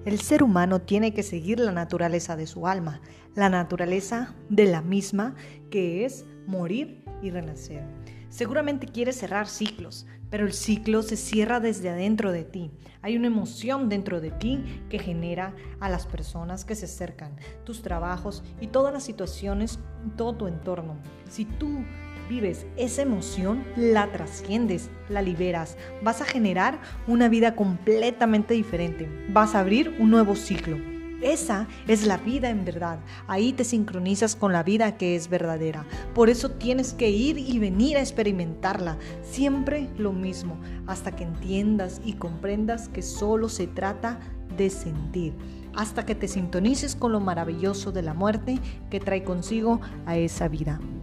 El ser humano tiene que seguir la naturaleza de su alma, la naturaleza de la misma, que es morir y renacer. Seguramente quieres cerrar ciclos, pero el ciclo se cierra desde adentro de ti. Hay una emoción dentro de ti que genera a las personas que se acercan, tus trabajos y todas las situaciones, todo tu entorno. Si tú vives esa emoción, la trasciendes, la liberas, vas a generar una vida completamente diferente, vas a abrir un nuevo ciclo. Esa es la vida en verdad, ahí te sincronizas con la vida que es verdadera. Por eso tienes que ir y venir a experimentarla, siempre lo mismo, hasta que entiendas y comprendas que solo se trata de sentir, hasta que te sintonices con lo maravilloso de la muerte que trae consigo a esa vida.